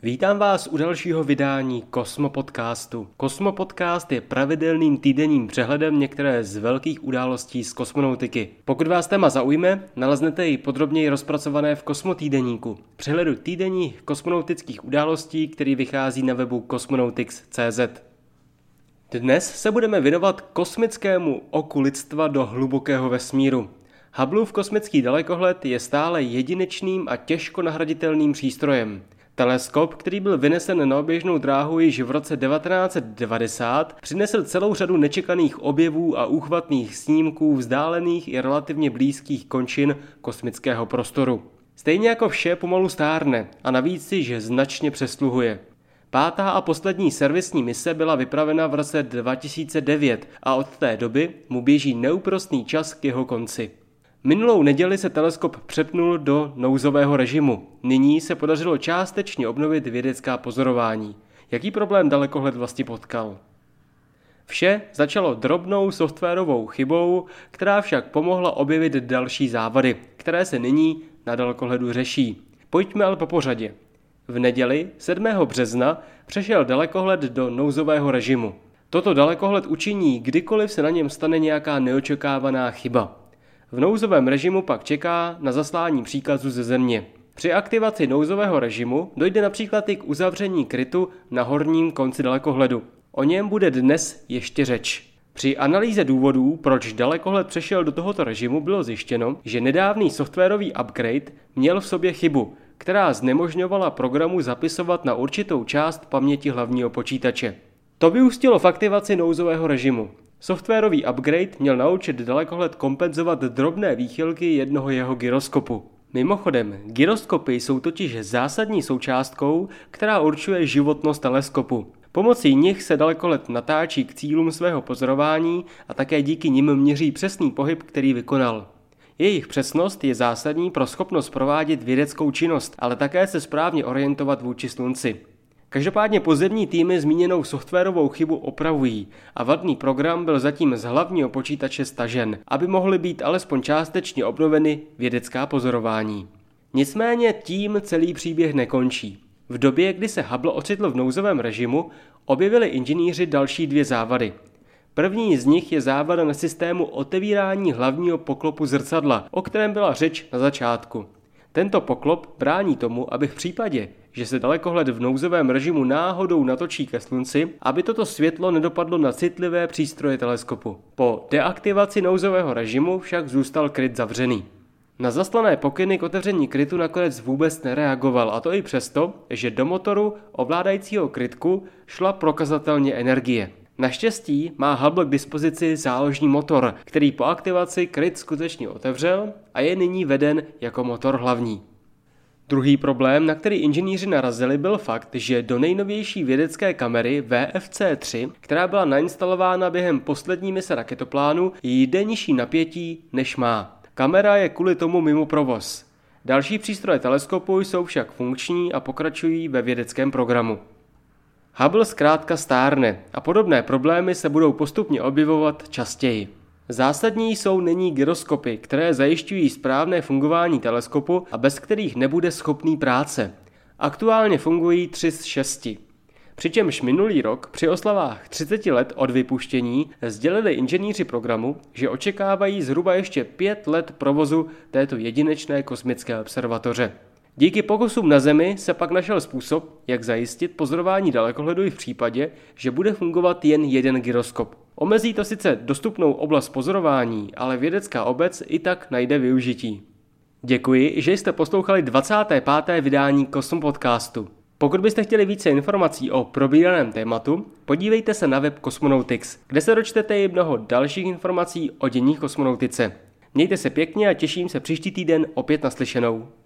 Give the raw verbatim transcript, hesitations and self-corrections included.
Vítám vás u dalšího vydání Kosmo Podcastu. Kosmo Podcast je pravidelným týdenním přehledem některé z velkých událostí z kosmonautiky. Pokud vás téma zaujme, naleznete ji podrobněji rozpracované v Kosmo týdeníku, přehledu týdenních kosmonautických událostí, který vychází na webu cosmonautics tečka cé zet. Dnes se budeme věnovat kosmickému oku lidstva do hlubokého vesmíru. Hubbleův kosmický dalekohled je stále jedinečným a těžko nahraditelným přístrojem. Teleskop, který byl vynesen na oběžnou dráhu již v roce devatenáct set devadesát, přinesl celou řadu nečekaných objevů a úchvatných snímků vzdálených i relativně blízkých končin kosmického prostoru. Stejně jako vše pomalu stárne a navíc si že značně přesluhuje. Pátá a poslední servisní mise byla vypravena v roce dva tisíce devět a od té doby mu běží neúprosný čas k jeho konci. Minulou neděli se teleskop přepnul do nouzového režimu. Nyní se podařilo částečně obnovit vědecká pozorování. Jaký problém dalekohled vlastně potkal? Vše začalo drobnou softwarovou chybou, která však pomohla objevit další závady, které se nyní na dalekohledu řeší. Pojďme ale po pořadě. V neděli sedmého března přešel dalekohled do nouzového režimu. Toto dalekohled učiní, kdykoliv se na něm stane nějaká neočekávaná chyba. V nouzovém režimu pak čeká na zaslání příkazu ze Země. Při aktivaci nouzového režimu dojde například i k uzavření krytu na horním konci dalekohledu. O něm bude dnes ještě řeč. Při analýze důvodů, proč dalekohled přešel do tohoto režimu, bylo zjištěno, že nedávný softwarový upgrade měl v sobě chybu, která znemožňovala programu zapisovat na určitou část paměti hlavního počítače. To vyústilo v aktivaci nouzového režimu. Softwarový upgrade měl naučit dalekohled kompenzovat drobné výchylky jednoho jeho gyroskopu. Mimochodem, gyroskopy jsou totiž zásadní součástkou, která určuje životnost teleskopu. Pomocí nich se dalekohled natáčí k cílům svého pozorování a také díky nim měří přesný pohyb, který vykonal. Jejich přesnost je zásadní pro schopnost provádět vědeckou činnost, ale také se správně orientovat vůči Slunci. Každopádně pozemní týmy zmíněnou softwarovou chybu opravují a vadný program byl zatím z hlavního počítače stažen, aby mohly být alespoň částečně obnoveny vědecká pozorování. Nicméně tím celý příběh nekončí. V době, kdy se Hubble ocitl v nouzovém režimu, objevili inženýři další dvě závady. První z nich je závada na systému otevírání hlavního poklopu zrcadla, o kterém byla řeč na začátku. Tento poklop brání tomu, aby v případě, že se dalekohled v nouzovém režimu náhodou natočí ke Slunci, aby toto světlo nedopadlo na citlivé přístroje teleskopu. Po deaktivaci nouzového režimu však zůstal kryt zavřený. Na zaslané pokyny k otevření krytu nakonec vůbec nereagoval, a to i přesto, že do motoru ovládajícího krytku šla prokazatelně energie. Naštěstí má Hubble k dispozici záložní motor, který po aktivaci kryt skutečně otevřel a je nyní veden jako motor hlavní. Druhý problém, na který inženýři narazili, byl fakt, že do nejnovější vědecké kamery V F C tři, která byla nainstalována během poslední mise raketoplánu, jde nižší napětí než má. Kamera je kvůli tomu mimo provoz. Další přístroje teleskopu jsou však funkční a pokračují ve vědeckém programu. Hubble zkrátka stárne a podobné problémy se budou postupně objevovat častěji. Zásadní jsou nyní gyroskopy, které zajišťují správné fungování teleskopu a bez kterých nebude schopný práce. Aktuálně fungují tři z šesti. Přičemž minulý rok při oslavách třicet let od vypuštění sdělili inženýři programu, že očekávají zhruba ještě pět let provozu této jedinečné kosmické observatoře. Díky pokusům na Zemi se pak našel způsob, jak zajistit pozorování dalekohledu i v případě, že bude fungovat jen jeden gyroskop. Omezí to sice dostupnou oblast pozorování, ale vědecká obec i tak najde využití. Děkuji, že jste poslouchali dvacáté páté vydání Kosmo Podcastu. Pokud byste chtěli více informací o probíraném tématu, podívejte se na web Cosmonautics, kde se dočtete i mnoho dalších informací o dění kosmonautice. Mějte se pěkně a těším se příští týden opět naslyšenou.